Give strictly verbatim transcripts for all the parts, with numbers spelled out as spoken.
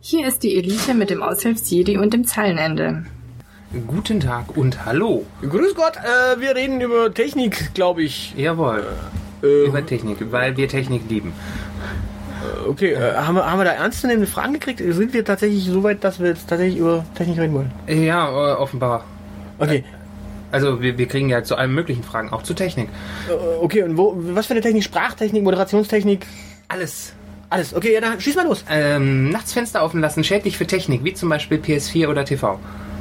Hier ist die Elite mit dem Aushilfs-Jedi und dem Zeilenende. Guten Tag und hallo. Grüß Gott, äh, wir reden über Technik, glaube ich. Jawohl, äh, über Technik, weil wir Technik lieben. Okay, äh, haben, wir, haben wir da ernstzunehmende Fragen gekriegt? Sind wir tatsächlich so weit, dass wir jetzt tatsächlich über Technik reden wollen? Ja, äh, offenbar. Okay. Also wir, wir kriegen ja zu allen möglichen Fragen, auch zu Technik. Äh, okay, und wo, was für eine Technik? Sprachtechnik, Moderationstechnik? Alles. Alles, okay, ja, dann schieß mal los. Ähm, nachts Fenster offen lassen, schädlich für Technik, wie zum Beispiel P S vier oder T V.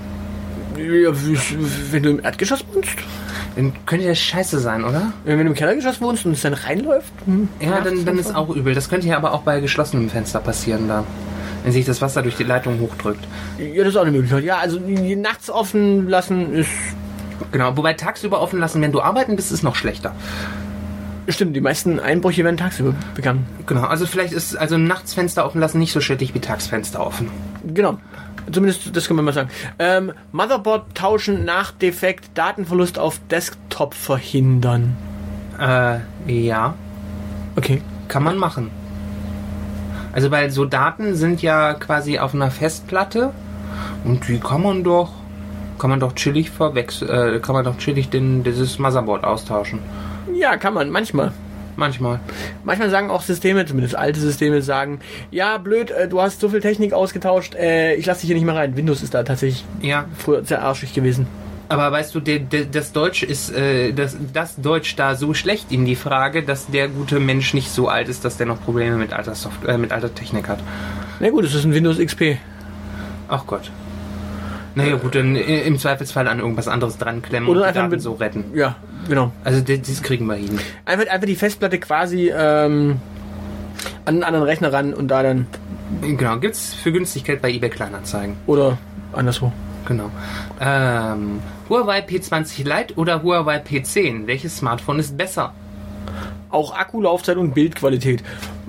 Ja, wenn du im Erdgeschoss wohnst? Dann könnte das scheiße sein, oder? Wenn du im Kellergeschoss wohnst und es dann reinläuft? Hm, ja, dann, dann ist auch übel. Das könnte ja aber auch bei geschlossenem Fenster passieren da. Wenn sich das Wasser durch die Leitung hochdrückt. Ja, das ist auch eine Möglichkeit. Ja, also nachts offen lassen ist... Genau, wobei tagsüber offen lassen, wenn du arbeiten bist, ist noch schlechter. Stimmt, die meisten Einbrüche werden tagsüber begangen. Genau, also vielleicht ist also nachts Fenster offen lassen nicht so schädlich wie Tagsfenster offen. Genau, zumindest das können wir mal sagen. Ähm, Motherboard tauschen nach Defekt, Datenverlust auf Desktop verhindern. Äh, ja. Okay. Kann man machen. Also weil so Daten sind ja quasi auf einer Festplatte und die kann man doch, kann man doch chillig verwechseln, äh, kann man doch chillig den, dieses Motherboard austauschen. Ja, kann man, manchmal. Manchmal. Manchmal sagen auch Systeme, zumindest alte Systeme, sagen, ja, blöd, äh, du hast so viel Technik ausgetauscht, äh, ich lasse dich hier nicht mehr rein. Windows ist da tatsächlich ja. früher sehr arschig gewesen. Aber weißt du, de, de, das Deutsch ist, äh, das, das Deutsch da so schlecht in die Frage, dass der gute Mensch nicht so alt ist, dass der noch Probleme mit alter Software, äh, mit alter Technik hat. Na gut, es ist ein Windows X P. Ach Gott. Naja gut, dann im Zweifelsfall an irgendwas anderes dran klemmen oder und die einfach Daten mit, so retten. Ja, genau. Also das, das kriegen wir hin. Einfach, einfach die Festplatte quasi ähm, an einen anderen Rechner ran und da dann... Genau, gibt's für Günstigkeit bei eBay Kleinanzeigen. Oder anderswo. Genau. Ähm, Huawei P zwanzig Lite oder Huawei P zehn? Welches Smartphone ist besser? Auch Akkulaufzeit und Bildqualität.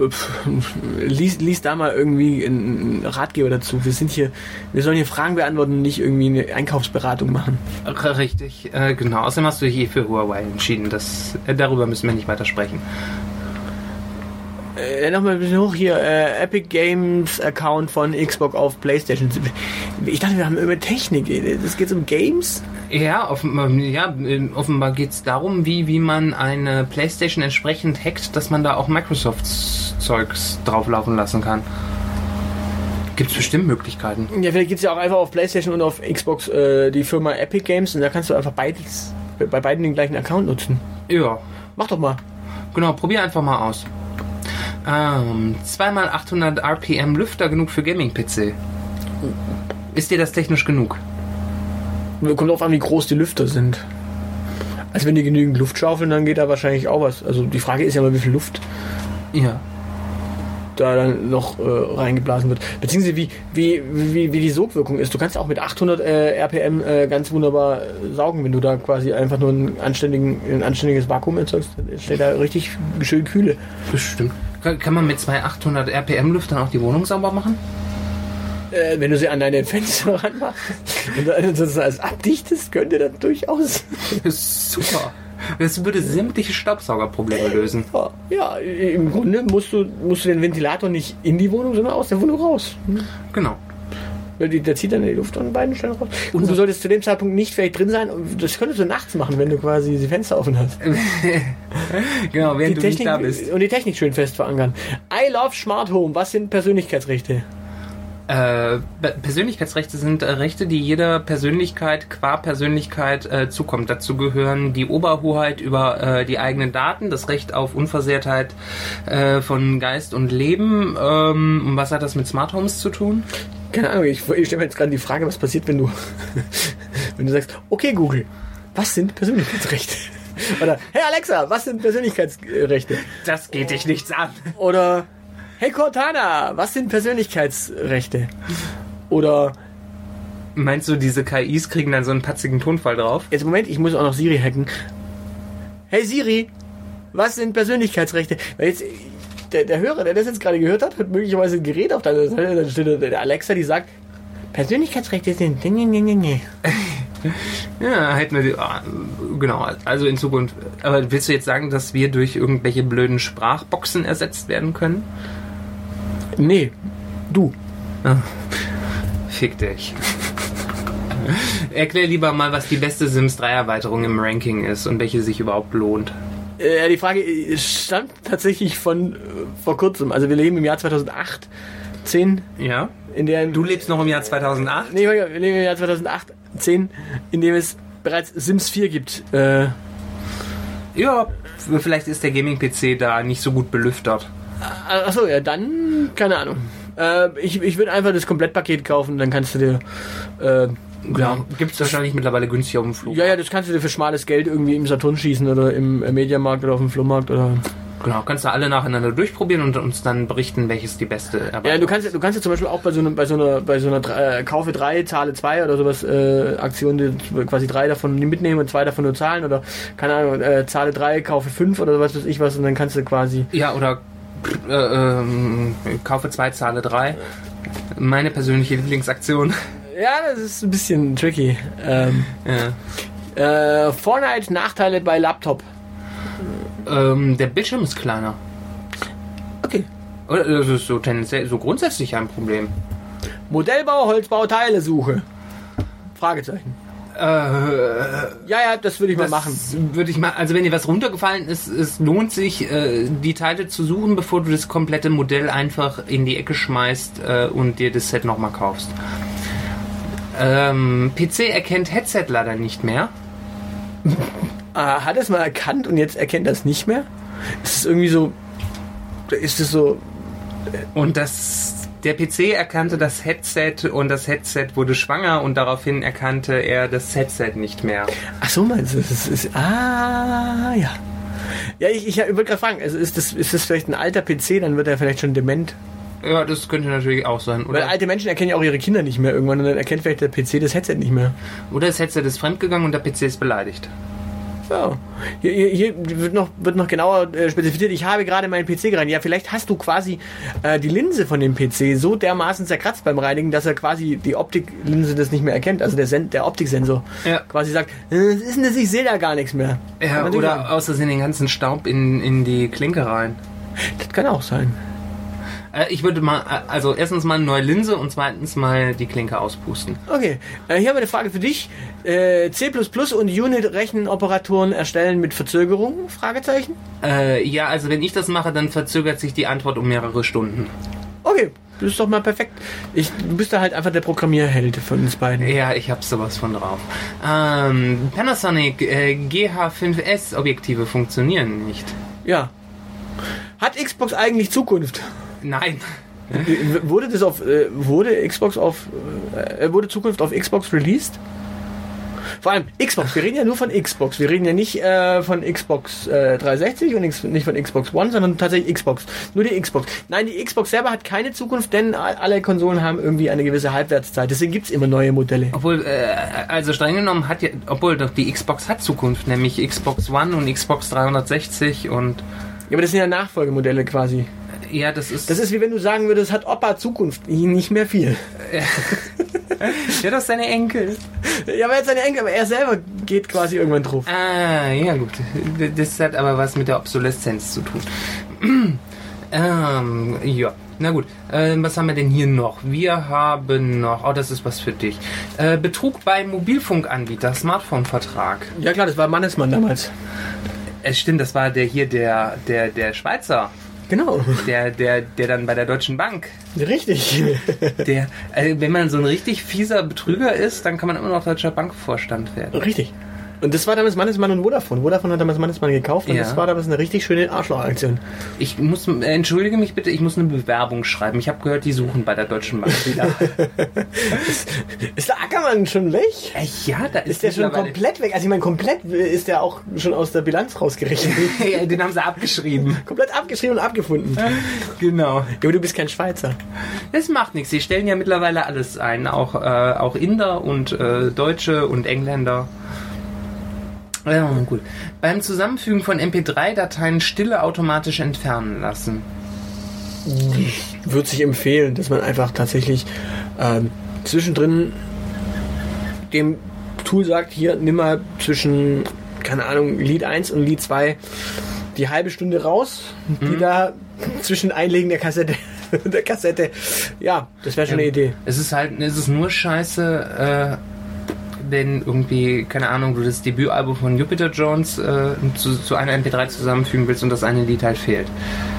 Lies, lies da mal irgendwie einen Ratgeber dazu. Wir sind hier, wir sollen hier Fragen beantworten, nicht irgendwie eine Einkaufsberatung machen. Richtig, äh, genau. Außerdem hast du dich hier für Huawei entschieden. Das, äh, darüber müssen wir nicht weiter sprechen. Äh, Nochmal ein bisschen hoch hier. Äh, Epic Games Account von Xbox auf PlayStation. Ich dachte, wir haben über Technik. Es geht um Games? Ja, offenbar, ja, offenbar geht es darum, wie, wie man eine PlayStation entsprechend hackt, dass man da auch Microsoft-Zeugs drauflaufen lassen kann. Gibt es bestimmt Möglichkeiten. Ja, vielleicht geht es ja auch einfach auf PlayStation und auf Xbox äh, die Firma Epic Games und da kannst du einfach beides, bei beiden den gleichen Account nutzen. Ja. Mach doch mal. Genau, probier einfach mal aus. Ähm, zwei mal achthundert R P M Lüfter genug für Gaming-P C. Ist dir das technisch genug? Kommt drauf an, wie groß die Lüfter sind. Also wenn die genügend Luft schaufeln, dann geht da wahrscheinlich auch was. Also die Frage ist ja mal, wie viel Luft ja. da dann noch äh, reingeblasen wird. Beziehungsweise wie, wie, wie, wie die Sogwirkung ist. Du kannst auch mit achthundert äh, R P M äh, ganz wunderbar äh, saugen, wenn du da quasi einfach nur ein, anständigen, ein anständiges Vakuum erzeugst. Dann steht da richtig schön Kühle. Bestimmt. Kann, kann man mit zwei achthundert R P M Lüftern auch die Wohnung sauber machen? Äh, wenn du sie an deine Fenster ranmachst und dann sozusagen als abdichtest, könnte das durchaus. Super. Das würde sämtliche Staubsaugerprobleme lösen. Ja, ja, im Grunde musst du, musst du den Ventilator nicht in die Wohnung, sondern aus der Wohnung raus. Genau. Weil die, der zieht dann die Luft an beiden Stellen raus. Und du solltest zu dem Zeitpunkt nicht vielleicht drin sein. Das könntest du nachts machen, wenn du quasi die Fenster offen hast. Genau, während die du Technik, nicht da bist. Und die Technik schön fest verankern. I love Smart Home. Was sind Persönlichkeitsrechte? Äh, Persönlichkeitsrechte sind äh, Rechte, die jeder Persönlichkeit qua Persönlichkeit äh, zukommt. Dazu gehören die Oberhoheit über äh, die eigenen Daten, das Recht auf Unversehrtheit äh, von Geist und Leben. Ähm, und was hat das mit Smart Homes zu tun? Keine Ahnung, ich, ich stelle mir jetzt gerade die Frage, was passiert, wenn du wenn du sagst, okay Google, was sind Persönlichkeitsrechte? Oder, hey Alexa, was sind Persönlichkeitsrechte? Das geht dich nichts an. Oder, hey Cortana, was sind Persönlichkeitsrechte? Oder... Meinst du, diese K Is kriegen dann so einen patzigen Tonfall drauf? Jetzt Moment, ich muss auch noch Siri hacken. Hey Siri, was sind Persönlichkeitsrechte? Weil jetzt, der, der Hörer, der das jetzt gerade gehört hat, hat möglicherweise ein Gerät auf deiner Seite, dann steht der Alexa, die sagt, Persönlichkeitsrechte sind... Ja, hätten wir die, oh, genau, also in Zukunft. Aber willst du jetzt sagen, dass wir durch irgendwelche blöden Sprachboxen ersetzt werden können? Nee, du. Ah, fick dich. Erklär lieber mal, was die beste Sims drei Erweiterung im Ranking ist und welche sich überhaupt lohnt. Äh, die Frage stammt tatsächlich von äh, vor kurzem. Also wir leben im Jahr zweitausendacht, zehn. Ja. In der, du lebst noch im Jahr zweitausendacht? Nee, wir leben im Jahr zweitausendacht, zehn, in dem es bereits Sims vier gibt. Äh, ja, vielleicht ist der Gaming-P C da nicht so gut belüftert. Achso, ja, dann, keine Ahnung. Äh, ich ich würde einfach das Komplettpaket kaufen, dann kannst du dir... Äh, ja, gibt es wahrscheinlich mittlerweile günstig auf dem Flug. Ja, ja, das kannst du dir für schmales Geld irgendwie im Saturn schießen oder im Mediamarkt oder auf dem Flohmarkt oder... Genau, kannst du alle nacheinander durchprobieren und uns dann berichten, welches die beste Erweiterung ist. Ja, du kannst, du kannst ja zum Beispiel auch bei so, einer, bei so einer, bei so einer äh, Kaufe drei, Zahle zwei oder sowas äh, Aktion, die quasi drei davon mitnehmen und zwei davon nur zahlen oder, keine Ahnung, äh, Zahle drei, Kaufe fünf oder was weiß ich was und dann kannst du quasi... Ja, oder äh, ähm, Kaufe zwei, Zahle drei. Meine persönliche Lieblingsaktion. Ja, das ist ein bisschen tricky. Ähm, ja. äh, Fortnite Nachteile bei Laptop. Ähm, der Bildschirm ist kleiner. Okay. Oder das ist so tendenziell, so grundsätzlich ein Problem. Modellbau, Holzbau, Teilesuche. Fragezeichen. Äh, ja, ja, das würde ich das mal machen. Würde ich mal, also wenn dir was runtergefallen ist, es lohnt sich, äh, die Teile zu suchen, bevor du das komplette Modell einfach in die Ecke schmeißt äh, und dir das Set nochmal kaufst. Ähm, P C erkennt Headset leider nicht mehr. Ah, hat es mal erkannt und jetzt erkennt das nicht mehr? Ist es irgendwie so... Ist es so... Und das... Der P C erkannte das Headset und das Headset wurde schwanger und daraufhin erkannte er das Headset nicht mehr. Ach so, meinst du? Das ist, ist, ah, ja. Ja, ich, ich wollte gerade fragen, also ist das, ist das vielleicht ein alter P C, dann wird er vielleicht schon dement? Ja, das könnte natürlich auch sein. Oder? Weil alte Menschen erkennen ja auch ihre Kinder nicht mehr irgendwann und dann erkennt vielleicht der P C das Headset nicht mehr. Oder das Headset ist fremdgegangen und der P C ist beleidigt. Ja, hier, hier, hier wird, noch, wird noch genauer äh, spezifiziert. Ich habe gerade meinen P C gereinigt. Ja, vielleicht hast du quasi äh, die Linse von dem P C so dermaßen zerkratzt beim Reinigen, dass er quasi die Optiklinse das nicht mehr erkennt. Also der, Sen- der Optiksensor ja. quasi sagt, äh, was ist denn das? Ich sehe da gar nichts mehr. Ja, oder außersehen den ganzen Staub in, in die Klinke rein. Das kann auch sein. Ich würde mal, also erstens mal eine neue Linse und zweitens mal die Klinke auspusten. Okay, äh, hier haben wir eine Frage für dich. Äh, C plus plus und Unit-Rechenoperatoren erstellen mit Verzögerung? Fragezeichen? Äh, ja, also wenn ich das mache, dann verzögert sich die Antwort um mehrere Stunden. Okay, das ist doch mal perfekt. Ich, du bist da halt einfach der Programmierheld von uns beiden. Ja, ich hab sowas von drauf. Ähm, Panasonic äh, G H fünf S Objektive funktionieren nicht. Ja. Hat Xbox eigentlich Zukunft? Nein. Wurde das auf äh, wurde Xbox auf äh, wurde Zukunft auf Xbox released? Vor allem Xbox, wir reden ja nur von Xbox. Wir reden ja nicht äh, von Xbox äh, dreihundertsechzig und X, nicht von Xbox One, sondern tatsächlich Xbox. Nur die Xbox. Nein, die Xbox selber hat keine Zukunft, denn alle Konsolen haben irgendwie eine gewisse Halbwertszeit. Deswegen gibt es immer neue Modelle. Obwohl, äh, also streng genommen hat ja, obwohl doch die Xbox hat Zukunft, nämlich Xbox One und Xbox dreihundertsechzig und... Ja, aber das sind ja Nachfolgemodelle quasi. Ja, das ist... Das ist wie wenn du sagen würdest, hat Opa Zukunft. Nicht mehr viel. Ja, das ist seine Enkel. Ja, aber er hat seine Enkel, aber er selber geht quasi irgendwann drauf. Ah, ja gut. Das hat aber was mit der Obsoleszenz zu tun. ähm, ja. Na gut, äh, was haben wir denn hier noch? Wir haben noch, oh, das ist was für dich. Äh, Betrug bei Mobilfunkanbieter, Smartphone-Vertrag. Ja klar, das war Mannesmann damals. Es stimmt, das war der hier, der, der, der Schweizer. Genau. Der, der, der dann bei der Deutschen Bank. Richtig. Der, also wenn man so ein richtig fieser Betrüger ist, dann kann man immer noch Deutscher Bankvorstand werden. Richtig. Und das war damals Mannesmann und Vodafone. Vodafone hat damals Mannesmann gekauft und ja. Das war damals eine richtig schöne Arschlochaktion. Ich muss, äh, entschuldige mich bitte, ich muss eine Bewerbung schreiben. Ich habe gehört, die suchen bei der Deutschen Bank wieder. ist, ist der Ackermann schon weg? Äh, ja, da ist, ist der schon komplett weg. Also ich meine, komplett ist der auch schon aus der Bilanz rausgerechnet. Ja, den haben sie abgeschrieben. Komplett abgeschrieben und abgefunden. Genau. Ja, aber du bist kein Schweizer. Das macht nichts. Sie stellen ja mittlerweile alles ein. Auch, äh, auch Inder und äh, Deutsche und Engländer. Ja, gut. Beim Zusammenfügen von M P drei Dateien Stille automatisch entfernen lassen. Würde sich empfehlen, dass man einfach tatsächlich ähm, zwischendrin dem Tool sagt, hier nimm mal zwischen, keine Ahnung, Lied eins und Lied zwei die halbe Stunde raus, die mhm. da zwischen Einlegen der Kassette der Kassette. Ja, das wäre schon ja, eine Idee. Es ist halt, es ist nur scheiße, äh, wenn irgendwie, keine Ahnung, du das Debütalbum von Jupiter Jones äh, zu, zu einer M P drei zusammenfügen willst und das eine Lied halt fehlt.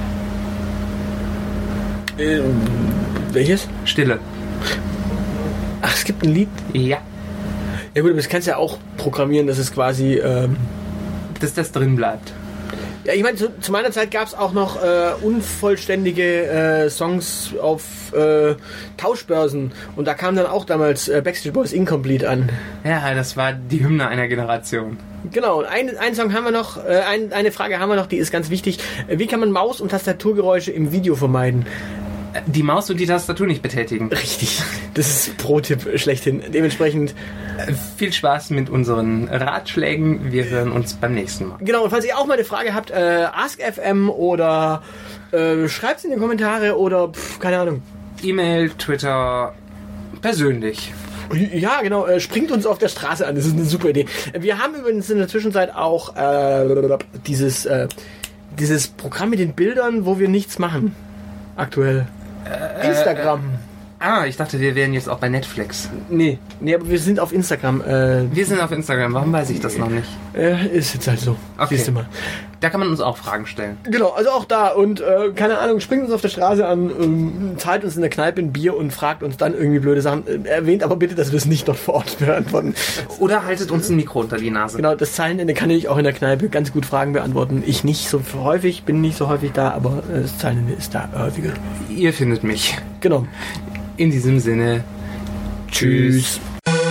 Äh, welches? Stille. Ach, es gibt ein Lied? Ja. Ja gut, aber das kannst du ja auch programmieren, dass es quasi... Ähm dass das drin bleibt. Ja, ich meine, zu, zu meiner Zeit gab es auch noch äh, unvollständige äh, Songs auf äh, Tauschbörsen und da kam dann auch damals äh, Backstreet Boys Incomplete an. Ja, das war die Hymne einer Generation. Genau, und ein, ein Song haben wir noch, äh, ein, eine Frage haben wir noch, die ist ganz wichtig. Wie kann man Maus- und Tastaturgeräusche im Video vermeiden? Die Maus und die Tastatur nicht betätigen. Richtig, das ist Pro-Tipp schlechthin. Dementsprechend viel Spaß mit unseren Ratschlägen. Wir hören uns beim nächsten Mal. Genau, und falls ihr auch mal eine Frage habt, äh, Ask F M oder äh, schreibt es in die Kommentare oder pff, keine Ahnung. E-Mail, Twitter, persönlich. Ja, genau, äh, springt uns auf der Straße an, das ist eine super Idee. Wir haben übrigens in der Zwischenzeit auch äh, dieses, äh, dieses Programm mit den Bildern, wo wir nichts machen. Aktuell. Äh, Instagram. Äh, ah, ich dachte, wir wären jetzt auch bei Netflix. Nee, nee, aber wir sind auf Instagram. Äh, wir sind auf Instagram, warum weiß ich das noch nicht? Äh, ist jetzt halt so. Okay. Siehst du mal. Da kann man uns auch Fragen stellen. Genau, also auch da. Und äh, keine Ahnung, springt uns auf der Straße an, ähm, zahlt uns in der Kneipe ein Bier und fragt uns dann irgendwie blöde Sachen. Äh, erwähnt aber bitte, dass wir es nicht dort vor Ort beantworten. Oder haltet uns ein Mikro unter die Nase. Genau, das Zeilenende kann ich auch in der Kneipe ganz gut Fragen beantworten. Ich nicht so häufig, bin nicht so häufig da, aber äh, das Zeilenende ist da häufiger. Ihr findet mich. Genau. In diesem Sinne, tschüss.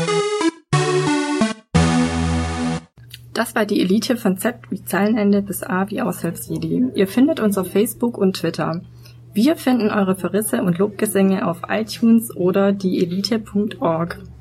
Das war die Elite von Z wie Zeilenende bis A wie Aushilfsjedi. Ihr findet uns auf Facebook und Twitter. Wir finden eure Verrisse und Lobgesänge auf iTunes oder die elite punkt org.